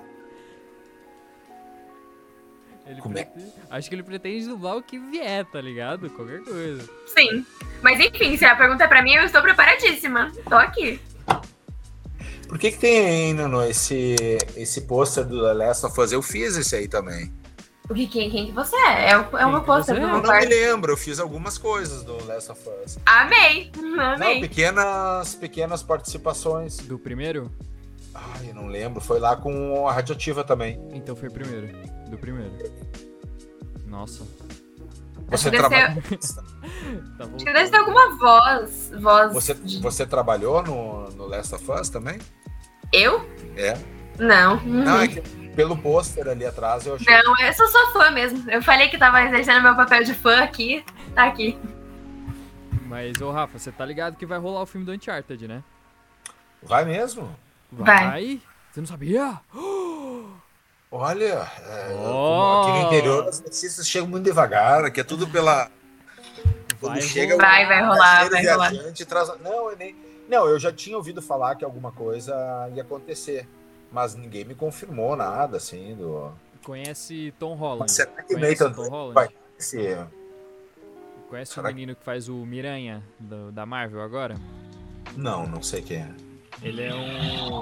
Acho que ele pretende dublar o que vier, tá ligado? Qualquer coisa. Sim. Mas enfim, se a pergunta é pra mim, eu estou preparadíssima. Tô aqui. Por que tem ainda esse pôster do The Last of Us? Eu fiz esse aí também. Quem que você é? É uma pôster do meu quarto. Eu não me lembro, eu fiz algumas coisas do Last of Us. Amei. Não, pequenas participações. Do primeiro? Ai, eu não lembro. Foi lá com a Radioativa também. Então foi primeiro. Do primeiro. Nossa. Você trabalhou... Acho que deve ter alguma voz. Você trabalhou no Last of Us também? Eu? É. Não. Não, é que pelo pôster ali atrás eu achei... Não, eu sou só fã mesmo. Eu falei que tava exercendo meu papel de fã aqui. Tá aqui. Mas, ô Rafa, você tá ligado que vai rolar o filme do Uncharted, né? Vai mesmo? Vai. Você não sabia? Olha, Oh! aqui no interior as notícias chegam muito devagar, aqui é tudo pela... Vai chega rolar. Vai rolar, caixeiro vai rolar. viajante, traz... Não, eu já tinha ouvido falar que alguma coisa ia acontecer, mas ninguém me confirmou nada, assim, do... Conhece Tom Holland? Mas será que Conhece Nathan Tom Holland? vai ser... Conhece Será o menino que faz o Miranha da Marvel agora? Não sei quem é. Ele é um...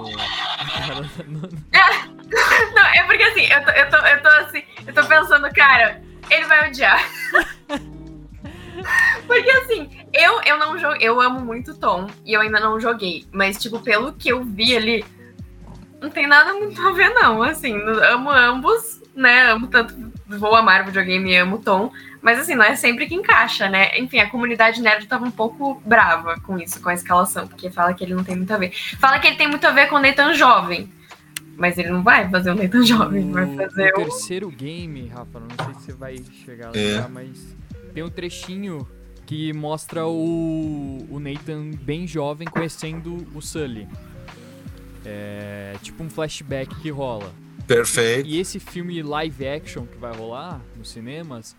Não, é porque assim, eu tô pensando, cara, ele vai odiar. Porque assim, eu não joguei, eu amo muito Tom e eu ainda não joguei, mas tipo, pelo que eu vi ali, não tem nada muito a ver não, assim, amo ambos, né, amo tanto, vou amar o videogame e amo Tom, mas assim, não é sempre que encaixa, né, enfim, a comunidade nerd tava um pouco brava com isso, com a escalação, porque fala que ele não tem muito a ver, fala que ele tem muito a ver com o Nathan jovem, mas ele não vai fazer o Nathan jovem, vai fazer o terceiro game, Rafa, não sei se você vai chegar lá, mas tem um trechinho que mostra o Nathan bem jovem conhecendo o Sully. É tipo um flashback que rola. Perfeito. E esse filme live action que vai rolar nos cinemas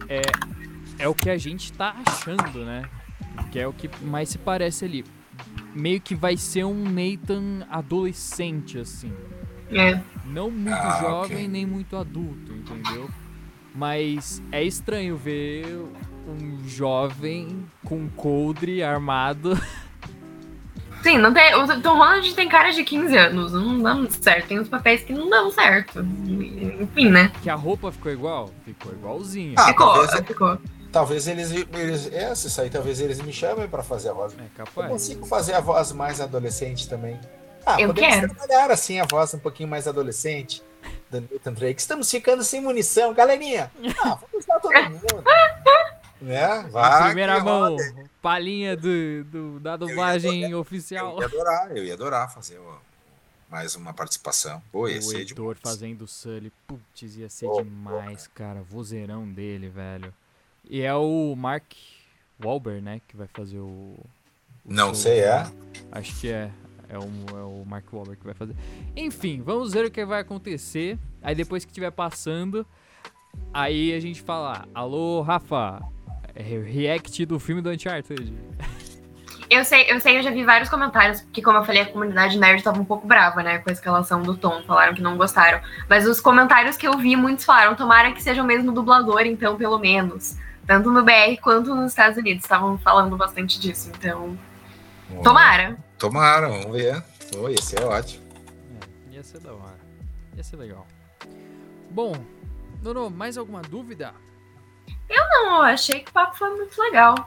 é o que a gente tá achando, né? Que é o que mais se parece ali. Meio que vai ser um Nathan adolescente, assim. Não muito jovem, ok. nem muito adulto, entendeu? Mas é estranho ver um jovem com coldre armado. Sim, não tem, o Tom Holland tem cara de 15 anos, não dá muito certo. Tem uns papéis que não dão certo. Enfim, né? Que a roupa ficou igual? Ficou igualzinho. Ficou. Talvez eles isso aí, talvez eles me chamem pra fazer a voz. É Eu capaz. consigo fazer a voz mais adolescente também. Eu podemos quero. trabalhar assim a voz um pouquinho mais adolescente do Nathan Drake. Estamos ficando sem munição, galerinha. Vamos usar todo mundo. Né? Em primeira mão, palhinha da dublagem oficial. Eu ia adorar fazer mais uma participação. Pô, ia O ser Heitor demais. fazendo o Sully, putz, ia ser demais, cara. Vozeirão dele, velho. E é o Mark Wahlberg, né, que vai fazer o Não Sully. sei, Acho que é o Mark Wahlberg que vai fazer. Enfim, vamos ver o que vai acontecer. Aí depois que estiver passando, aí a gente fala, alô, Rafa, react do filme do Uncharted. Eu sei, eu já vi vários comentários, porque como eu falei, a comunidade nerd tava um pouco brava, né, com a escalação do Tom, falaram que não gostaram. Mas os comentários que eu vi, muitos falaram, tomara que seja o mesmo dublador, então, pelo menos. Tanto no BR quanto nos Estados Unidos, estavam falando bastante disso, então... Tomara! Tomara, vamos ver. Ia ser ótimo. Ia ser da hora. Ia ser legal. Bom, Nono, mais alguma dúvida? Não, eu achei que o papo foi muito legal.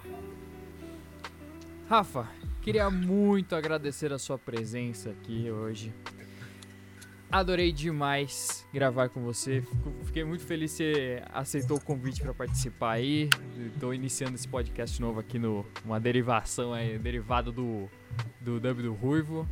Rafa, queria muito agradecer a sua presença aqui hoje. Adorei demais gravar com você. Fiquei muito feliz que você aceitou o convite para participar aí. Estou iniciando esse podcast novo aqui uma derivação aí, derivado do Dub do Ruivo.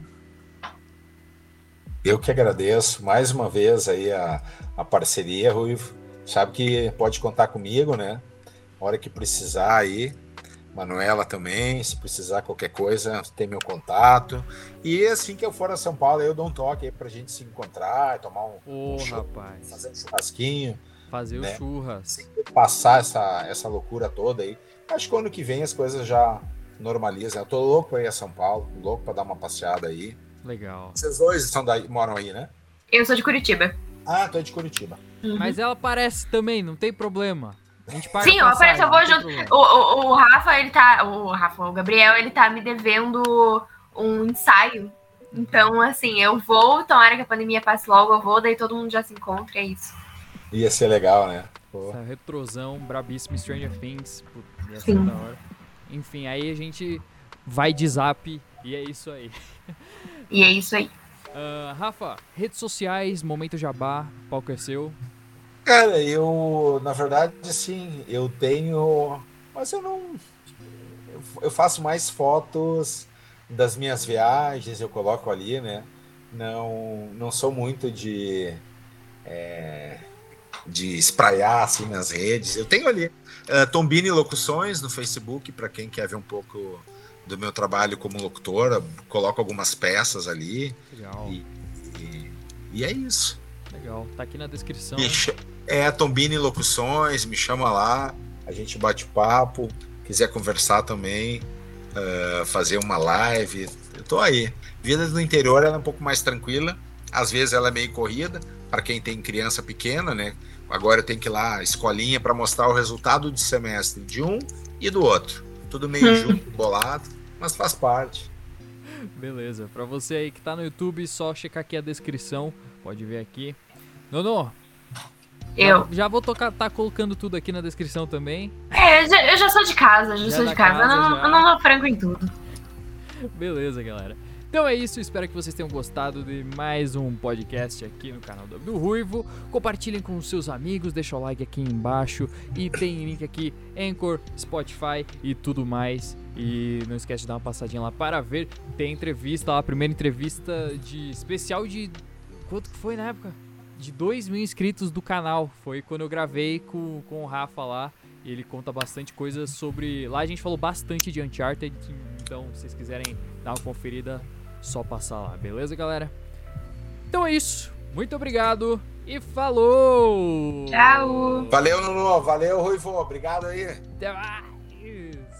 Eu que agradeço mais uma vez aí a parceria, Ruivo. Sabe que pode contar comigo, né? A hora que precisar aí. Manuela também, se precisar qualquer coisa, tem meu contato. E assim que eu for a São Paulo, eu dou um toque aí pra gente se encontrar, tomar um rapaz. fazer um churrasquinho. Fazer né? o churras. Sem passar essa loucura toda aí. Acho que ano que vem as coisas já normalizam. Eu tô louco pra ir a São Paulo, louco pra dar uma passeada aí. Legal. Vocês dois moram aí, né? Eu sou de Curitiba. Tô de Curitiba. Mas ela aparece também, não tem problema. A gente paga Sim, eu apareço, eu vou junto. O Rafa, ele tá. O Gabriel, ele tá me devendo um ensaio. Então, assim, eu vou, tomara que a pandemia passe logo, eu vou, daí todo mundo já se encontra, é isso. Ia ser legal, né? Essa retrosão brabíssima, Stranger Things. Ia ser Sim. da hora. Enfim, aí a gente vai de zap e é isso aí. E é isso aí. Rafa, redes sociais, momento jabá, palco é seu. Cara, eu, na verdade, assim, eu tenho... Mas eu não... Eu faço mais fotos das minhas viagens, eu coloco ali, né? Não sou muito de de espraiar assim nas redes. Eu tenho ali Tombini Locuções no Facebook, para quem quer ver um pouco do meu trabalho como locutor. Coloco algumas peças ali. Legal. E é isso. Legal, tá aqui na descrição. Tombini Locuções, me chama lá, a gente bate papo, quiser conversar também, fazer uma live, eu tô aí. Vida do interior ela é um pouco mais tranquila, às vezes ela é meio corrida, para quem tem criança pequena, né? Agora eu tenho que ir lá, escolinha, para mostrar o resultado de semestre de um e do outro. Tudo meio junto, bolado, mas faz parte. Beleza, pra você aí que tá no YouTube, só checar aqui a descrição, pode ver aqui. Nono, já vou tá colocando tudo aqui na descrição também. Eu já sou de casa, eu não dou frango em tudo. Beleza, galera. Então é isso, espero que vocês tenham gostado de mais um podcast aqui no canal do Ruivo. Compartilhem com os seus amigos, deixa o like aqui embaixo e tem link aqui, Anchor, Spotify e tudo mais. E não esquece de dar uma passadinha lá para ver, tem entrevista lá, a primeira entrevista especial de... Quanto que foi na época? De 2.000 inscritos do canal, foi quando eu gravei com o Rafa lá. E ele conta bastante coisa sobre... Lá a gente falou bastante de Uncharted, então se vocês quiserem dar uma conferida, só passar lá, beleza, galera? Então é isso, muito obrigado e falou! Tchau! Valeu, Nuno, valeu, Ruivo, obrigado aí! Até mais!